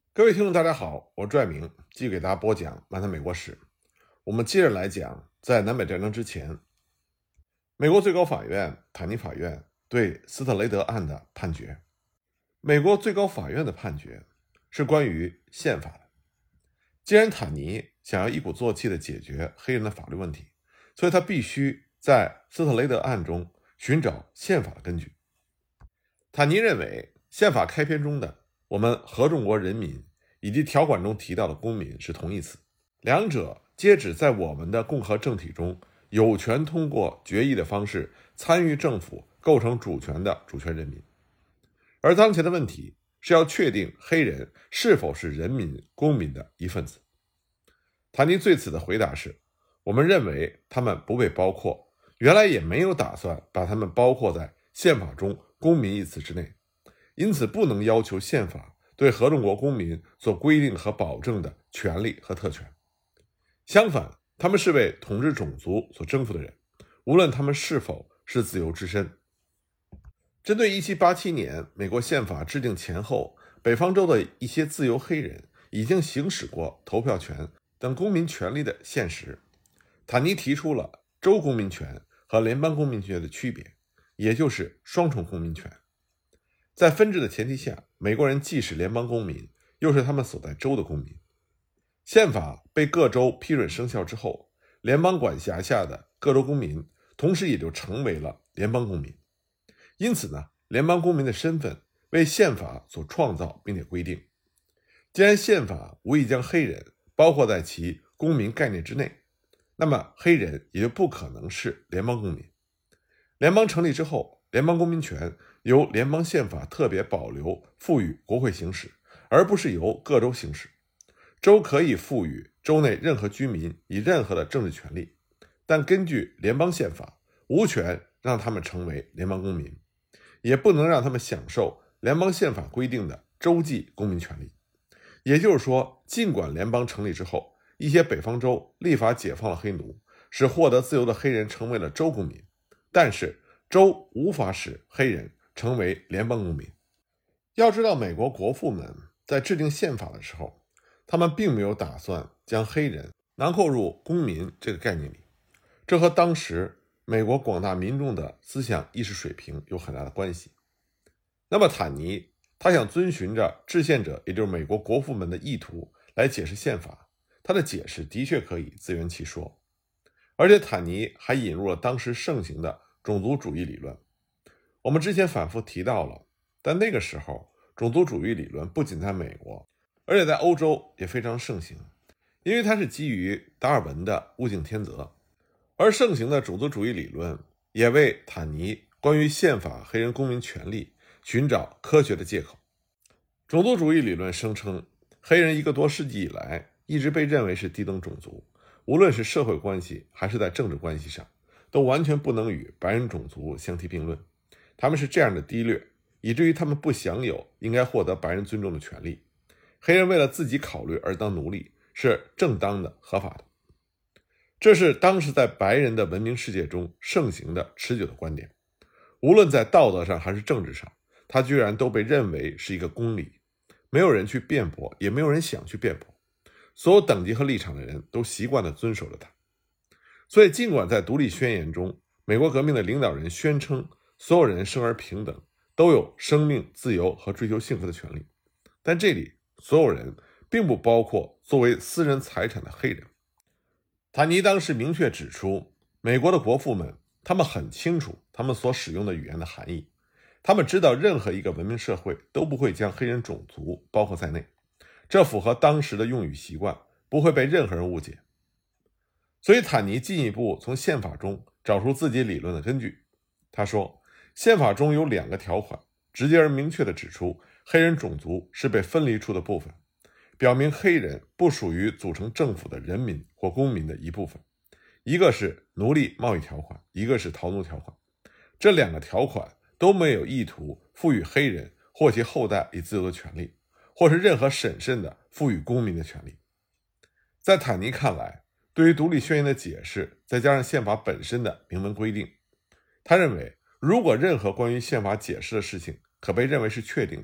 各位听众，大家好，我是拽明，继续给大家播讲漫谈美国史。我们接着来讲，在南北战争之前，美国最高法院坦尼法院对斯特雷德案的判决。美国最高法院的判决是关于宪法的。既然坦尼想要一鼓作气地解决黑人的法律问题，所以他必须在斯特雷德案中寻找宪法的根据。坦尼认为，宪法开篇中的我们合众国人民以及条款中提到的公民是同义词，两者皆指在我们的共和政体中有权通过决议的方式参与政府构成主权的主权人民。而当前的问题是要确定黑人是否是人民公民的一份子。坦尼对此的回答是，我们认为他们不被包括，原来也没有打算把他们包括在宪法中公民一词之内，因此不能要求宪法对合众国公民所规定和保证的权利和特权。相反，他们是为统治种族所征服的人，无论他们是否是自由之身。针对1787年美国宪法制定前后，北方州的一些自由黑人已经行使过投票权等公民权利的现实，坦尼提出了州公民权和联邦公民权的区别，也就是双重公民权。在分治的前提下，美国人既是联邦公民，又是他们所在州的公民。宪法被各州批准生效之后，联邦管辖下的各州公民同时也就成为了联邦公民。因此呢，联邦公民的身份为宪法所创造并且规定。既然宪法无意将黑人包括在其公民概念之内，那么黑人也就不可能是联邦公民。联邦成立之后，联邦公民权由联邦宪法特别保留赋予国会行使，而不是由各州行使。州可以赋予州内任何居民以任何的政治权利，但根据联邦宪法，无权让他们成为联邦公民，也不能让他们享受联邦宪法规定的州际公民权利。也就是说，尽管联邦成立之后，一些北方州立法解放了黑奴，使获得自由的黑人成为了州公民，但是州无法使黑人成为联邦公民。要知道，美国国父们在制定宪法的时候，他们并没有打算将黑人囊括入公民这个概念里，这和当时美国广大民众的思想意识水平有很大的关系。那么坦尼他想遵循着制宪者，也就是美国国父们的意图来解释宪法，他的解释的确可以自圆其说。而且坦尼还引入了当时盛行的种族主义理论。我们之前反复提到了，但那个时候种族主义理论不仅在美国，而且在欧洲也非常盛行，因为它是基于达尔文的物竞天择。而盛行的种族主义理论也为坦尼关于宪法黑人公民权利寻找科学的借口。种族主义理论声称，黑人1个多世纪以来一直被认为是低等种族，无论是社会关系还是在政治关系上，都完全不能与白人种族相提并论。他们是这样的低劣，以至于他们不享有应该获得白人尊重的权利。黑人为了自己考虑而当奴隶是正当的、合法的。这是当时在白人的文明世界中盛行的持久的观点，无论在道德上还是政治上，它居然都被认为是一个公理，没有人去辩驳，也没有人想去辩驳，所有等级和立场的人都习惯地遵守着它。所以尽管在独立宣言中，美国革命的领导人宣称所有人生而平等，都有生命、自由和追求幸福的权利，但这里所有人并不包括作为私人财产的黑人。坦尼当时明确指出，美国的国父们他们很清楚他们所使用的语言的含义，他们知道任何一个文明社会都不会将黑人种族包括在内，这符合当时的用语习惯，不会被任何人误解。所以坦尼进一步从宪法中找出自己理论的根据。他说，宪法中有2个条款直接而明确地指出黑人种族是被分离出的部分，表明黑人不属于组成政府的人民或公民的一部分，一个是奴隶贸易条款，一个是逃奴条款。这2个条款都没有意图赋予黑人或其后代以自由的权利，或是任何审慎的赋予公民的权利。在坦尼看来，对于独立宣言的解释，再加上宪法本身的明文规定，他认为如果任何关于宪法解释的事情可被认为是确定的，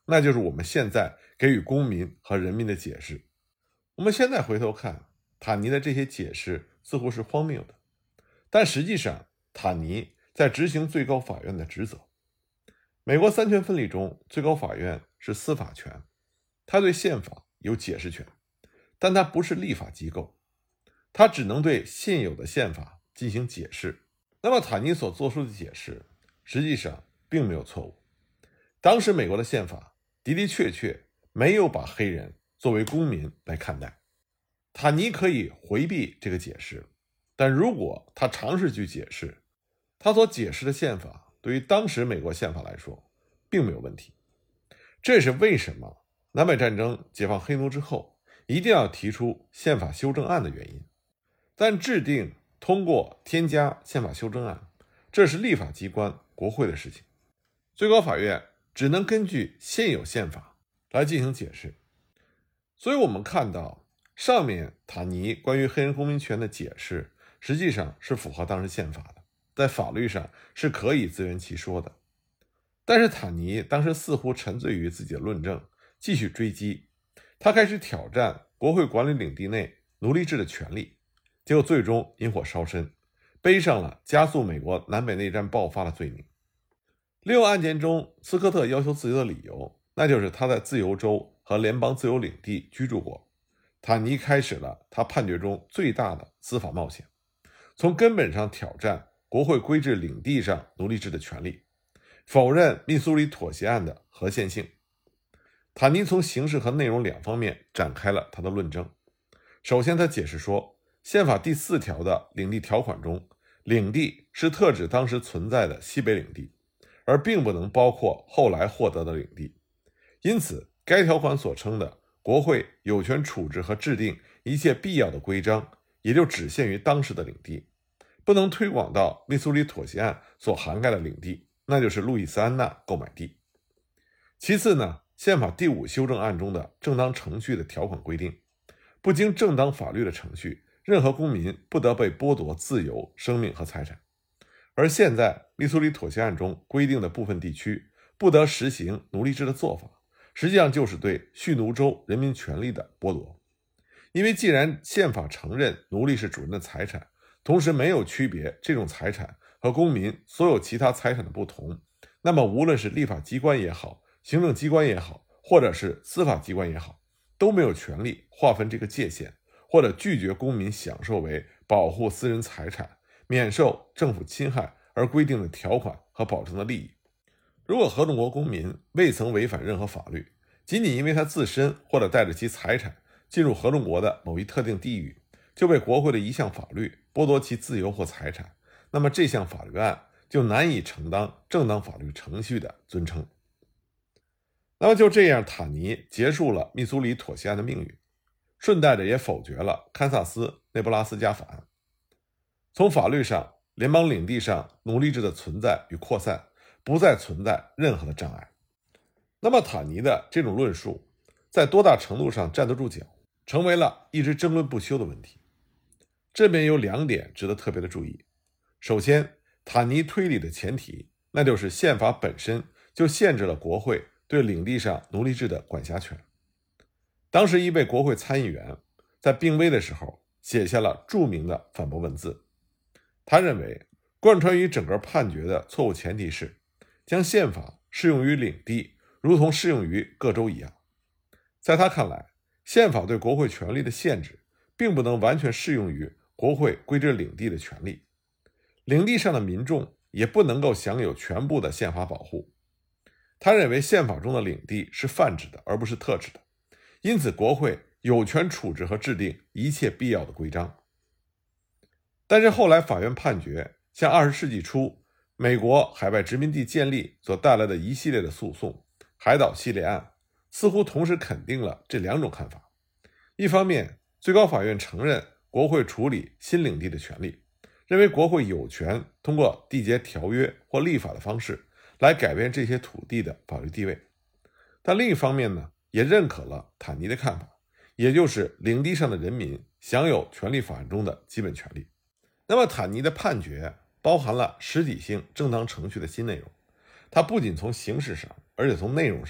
那就是我们现在给予公民和人民的解释。我们现在回头看，塔尼的这些解释似乎是荒谬的，但实际上塔尼在执行最高法院的职责。美国三权分立中，最高法院是司法权，它对宪法有解释权，但它不是立法机构，它只能对现有的宪法进行解释。那么塔尼所做出的解释实际上并没有错误。当时美国的宪法的的确确没有把黑人作为公民来看待。塔尼可以回避这个解释，但如果他尝试去解释，他所解释的宪法对于当时美国宪法来说并没有问题。这是为什么南北战争解放黑奴之后一定要提出宪法修正案的原因。但制定、通过、添加宪法修正案，这是立法机关国会的事情，最高法院只能根据现有宪法来进行解释。所以我们看到上面塔尼关于黑人公民权的解释实际上是符合当时宪法的，在法律上是可以自圆其说的。但是塔尼当时似乎沉醉于自己的论证，继续追击，他开始挑战国会管理领地内奴隶制的权利，结果最终引火烧身，背上了加速美国南北内战爆发的罪名。利用案件中斯科特要求自由的理由，那就是他在自由州和联邦自由领地居住过。塔尼开始了他判决中最大的司法冒险，从根本上挑战国会规制领地上奴隶制的权利，否认密苏里妥协案的合宪性。塔尼从形式和内容两方面展开了他的论证。首先他解释说，宪法第4条的领地条款中，领地是特指当时存在的西北领地，而并不能包括后来获得的领地。因此该条款所称的国会有权处置和制定一切必要的规章，也就只限于当时的领地，不能推广到密苏里妥协案所涵盖的领地，那就是路易斯安那购买地。其次呢，宪法第5修正案中的正当程序的条款规定，不经正当法律的程序，任何公民不得被剥夺自由、生命和财产。而现在密苏里妥协案中规定的部分地区不得实行奴隶制的做法，实际上就是对蓄奴州人民权利的剥夺。因为既然宪法承认奴隶是主人的财产，同时没有区别这种财产和公民所有其他财产的不同，那么无论是立法机关也好，行政机关也好，或者是司法机关也好，都没有权利划分这个界限，或者拒绝公民享受为保护私人财产、免受政府侵害而规定的条款和保证的利益。如果合众国公民未曾违反任何法律，仅仅因为他自身或者带着其财产进入合众国的某一特定地域，就被国会的一项法律剥夺其自由或财产，那么这项法律案就难以承当正当法律程序的尊称。那么就这样，塔尼结束了密苏里妥协案的命运，顺带着也否决了堪萨斯内布拉斯加法案。从法律上，联邦领地上奴隶制的存在与扩散不再存在任何的障碍。那么塔尼的这种论述在多大程度上站得住脚，成为了一直争论不休的问题。这边有2点值得特别的注意。首先，塔尼推理的前提，那就是宪法本身就限制了国会对领地上奴隶制的管辖权。当时一位国会参议员在病危的时候写下了著名的反驳文字。他认为贯穿于整个判决的错误前提是将宪法适用于领地如同适用于各州一样。在他看来，宪法对国会权力的限制并不能完全适用于国会规制领地的权利，领地上的民众也不能够享有全部的宪法保护。他认为宪法中的领地是泛指的而不是特指的，因此国会有权处置和制定一切必要的规章。但是后来法院判决，像20世纪初美国海外殖民地建立所带来的一系列的诉讼，海岛系列案，似乎同时肯定了这2种看法。一方面，最高法院承认国会处理新领地的权利，认为国会有权通过缔结条约或立法的方式来改变这些土地的法律地位。但另一方面呢，也认可了塔尼的看法，也就是领地上的人民享有权利法案中的基本权利。那么塔尼的判决包含了实体性正当程序的新内容，它不仅从形式上，而且从内容上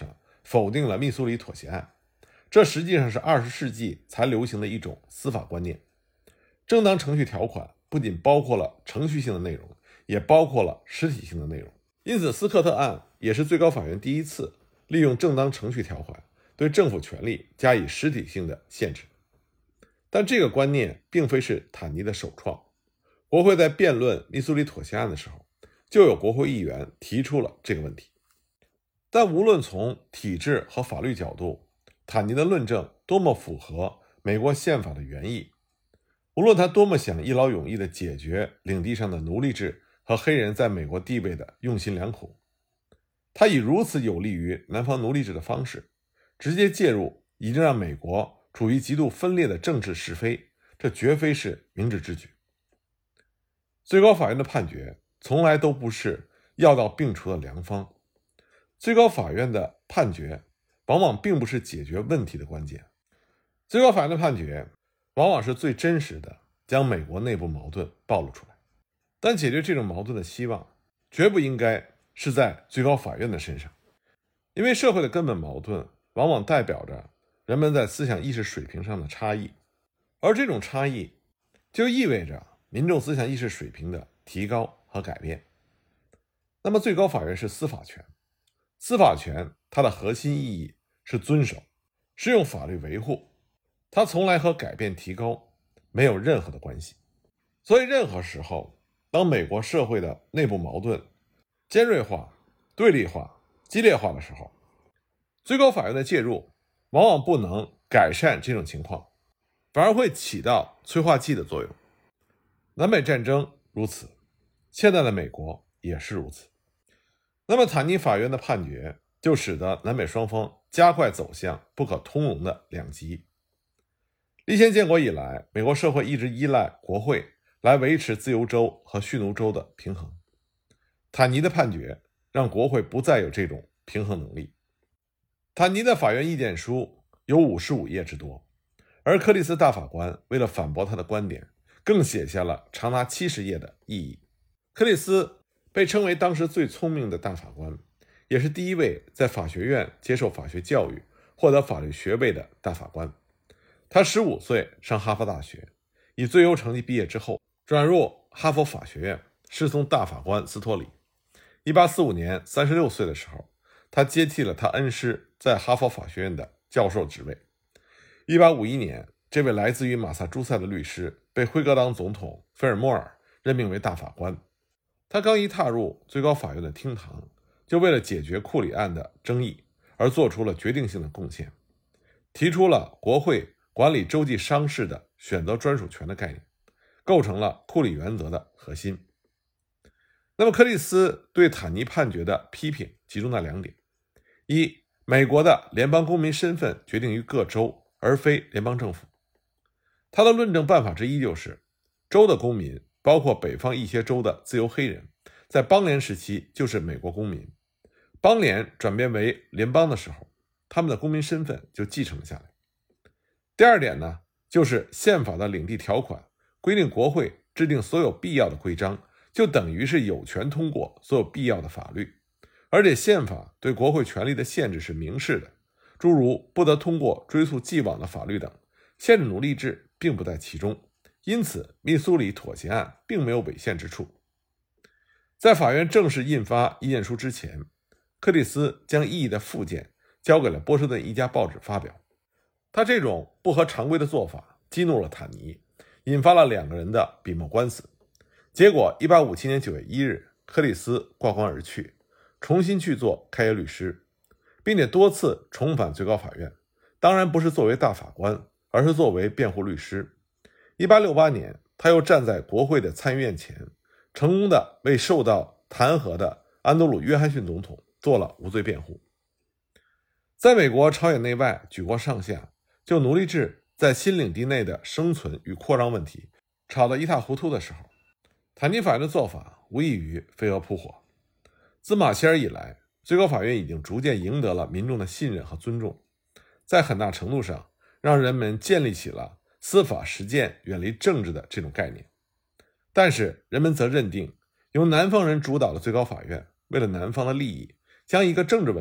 否定了密苏里妥协案。这实际上是20世纪才流行的一种司法观念。正当程序条款不仅包括了程序性的内容，也包括了实体性的内容。因此，斯科特案也是最高法院第一次利用正当程序条款对政府权力加以实体性的限制。但这个观念并非是坦尼的首创。国会在辩论密苏里妥协案的时候，就有国会议员提出了这个问题。但无论从体制和法律角度，坦尼的论证多么符合美国宪法的原意，无论他多么想一劳永逸地解决领地上的奴隶制和黑人在美国地位的用心良苦，他以如此有利于南方奴隶制的方式直接介入已经让美国处于极度分裂的政治是非，这绝非是明智之举。最高法院的判决从来都不是药到病除的良方，最高法院的判决往往并不是解决问题的关键。最高法院的判决往往是最真实的将美国内部矛盾暴露出来，但解决这种矛盾的希望绝不应该是在最高法院的身上，因为社会的根本矛盾往往代表着人们在思想意识水平上的差异，而这种差异就意味着民众思想意识水平的提高和改变。那么最高法院是司法权，司法权它的核心意义是遵守，是用法律维护，它从来和改变提高没有任何的关系。所以任何时候，当美国社会的内部矛盾尖锐化、对立化、激烈化的时候，最高法院的介入往往不能改善这种情况，反而会起到催化剂的作用。南北战争如此，现在的美国也是如此。那么坦尼法院的判决就使得南北双方加快走向不可通融的两极。立宪建国以来，美国社会一直依赖国会来维持自由州和蓄奴州的平衡。坦尼的判决让国会不再有这种平衡能力。坦尼的法院意见书有55页之多，而克里斯大法官为了反驳他的观点，更写下了长达70页的异议。克里斯被称为当时最聪明的大法官，也是第一位在法学院接受法学教育、获得法律学位的大法官。他15岁上哈佛大学，以最优成绩毕业之后，转入哈佛法学院，师从大法官斯托里。1845年36岁的时候，他接替了他恩师在哈佛法学院的教授职位。1851年，这位来自于马萨诸塞的律师被辉格党总统菲尔莫尔任命为大法官。他刚一踏入最高法院的厅堂，就为了解决库里案的争议而做出了决定性的贡献，提出了国会管理州际商事的选择专属权的概念，构成了库里原则的核心。那么克里斯对坦尼判决的批评集中在2点：一，美国的联邦公民身份决定于各州，而非联邦政府。他的论证办法之一就是，州的公民，包括北方一些州的自由黑人，在邦联时期就是美国公民，邦联转变为联邦的时候，他们的公民身份就继承了下来。第2点呢，就是宪法的领地条款规定国会制定所有必要的规章，就等于是有权通过所有必要的法律，而且宪法对国会权力的限制是明示的，诸如不得通过追溯既往的法律等，限制奴隶制并不在其中，因此密苏里妥协案并没有违宪之处。在法院正式印发意见书之前，克里斯将异议的附件交给了波士顿一家报纸发表。他这种不合常规的做法激怒了坦尼，引发了2个人的笔墨官司。结果1857年9月1日，克里斯挂冠而去，重新去做开业律师，并且多次重返最高法院，当然不是作为大法官，而是作为辩护律师。1868年，他又站在国会的参议院前，成功的为受到弹劾的安德鲁·约翰逊总统做了无罪辩护。在美国朝野内外举国上下就奴隶制在新领地内的生存与扩张问题吵得一塌糊涂的时候，坦尼法院的做法无异于飞蛾扑火。自马歇尔以来，最高法院已经逐渐赢得了民众的信任和尊重，在很大程度上让人们建立起了司法实践远离政治的这种概念。但是人们则认定由南方人主导的最高法院为了南方的利益，将一个政治问题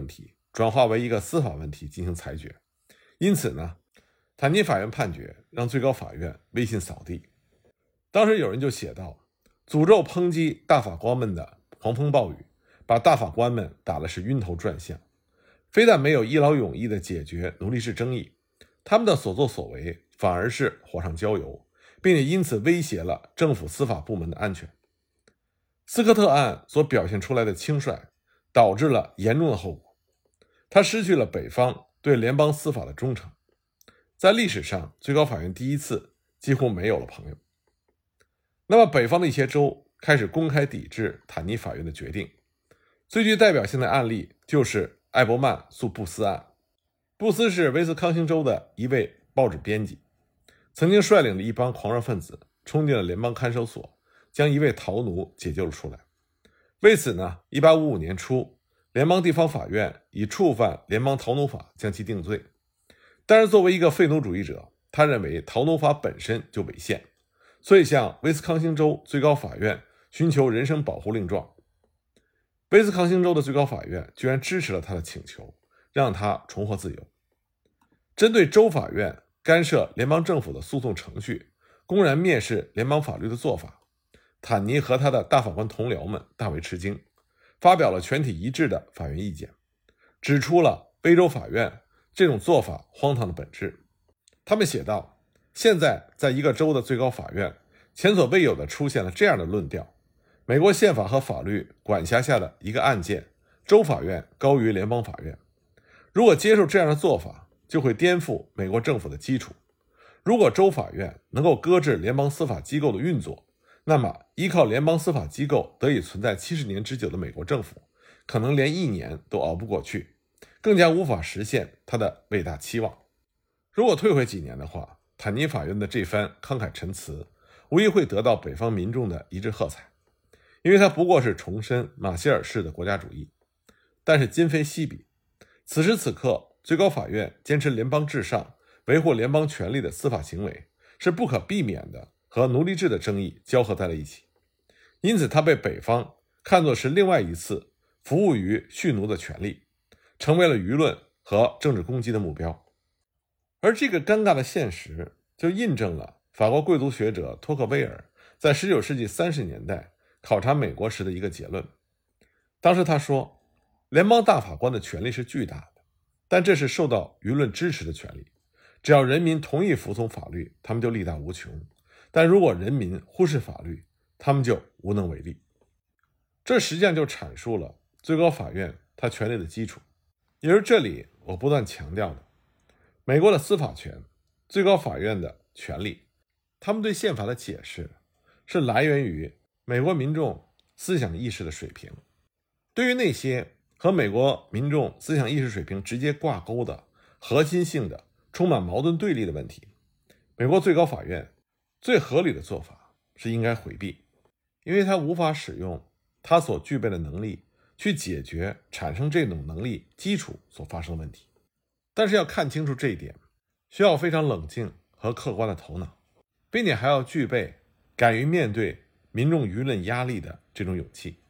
转化为一个司法问题进行裁决。因此呢，坦尼法院判决让最高法院威信扫地。当时有人就写道，诅咒抨击大法官们的狂风暴雨把大法官们打的是晕头转向，非但没有一劳永逸地解决奴隶制争议，他们的所作所为反而是火上浇油，并且因此威胁了政府司法部门的安全。斯科特案所表现出来的轻率导致了严重的后果，他失去了北方对联邦司法的忠诚，在历史上最高法院第一次几乎没有了朋友。那么北方的一些州开始公开抵制坦尼法院的决定，最具代表性的案例就是艾伯曼诉布斯案。布斯是威斯康星州的一位报纸编辑，曾经率领了一帮狂热分子冲进了联邦看守所，将一位逃奴解救了出来。为此呢，1855年初，联邦地方法院以触犯联邦逃奴法将其定罪。但是作为一个废奴主义者，他认为逃奴法本身就违宪，所以向威斯康星州最高法院寻求人身保护令状。威斯康星州的最高法院居然支持了他的请求，让他重获自由。针对州法院干涉联邦政府的诉讼程序，公然蔑视联邦法律的做法，坦尼和他的大法官同僚们大为吃惊，发表了全体一致的法院意见，指出了威州法院这种做法荒唐的本质。他们写道，现在在一个州的最高法院前所未有地出现了这样的论调，美国宪法和法律管辖下的一个案件，州法院高于联邦法院。如果接受这样的做法，就会颠覆美国政府的基础。如果州法院能够搁置联邦司法机构的运作，那么依靠联邦司法机构得以存在70年之久的美国政府，可能连1年都熬不过去，更加无法实现他的伟大期望。如果退回几年的话，坦尼法院的这番慷慨陈词无疑会得到北方民众的一致喝彩，因为它不过是重申马歇尔式的国家主义。但是今非昔比，此时此刻最高法院坚持联邦至上，维护联邦权力的司法行为是不可避免的和奴隶制的争议交合在了一起，因此它被北方看作是另外一次服务于蓄奴的权利，成为了舆论和政治攻击的目标。而这个尴尬的现实就印证了法国贵族学者托克维尔在19世纪30年代考察美国时的一个结论。当时他说，联邦大法官的权力是巨大的，但这是受到舆论支持的权利，只要人民同意服从法律，他们就力大无穷，但如果人民忽视法律，他们就无能为力。这实际上就阐述了最高法院它权力的基础，也就是这里我不断强调的，美国的司法权，最高法院的权力，他们对宪法的解释是来源于美国民众思想意识的水平。对于那些和美国民众思想意识水平直接挂钩的核心性的充满矛盾对立的问题，美国最高法院最合理的做法是应该回避，因为它无法使用它所具备的能力去解决产生这种能力基础所发生的问题。但是要看清楚这一点，需要非常冷静和客观的头脑，并且还要具备敢于面对民众舆论压力的这种勇气。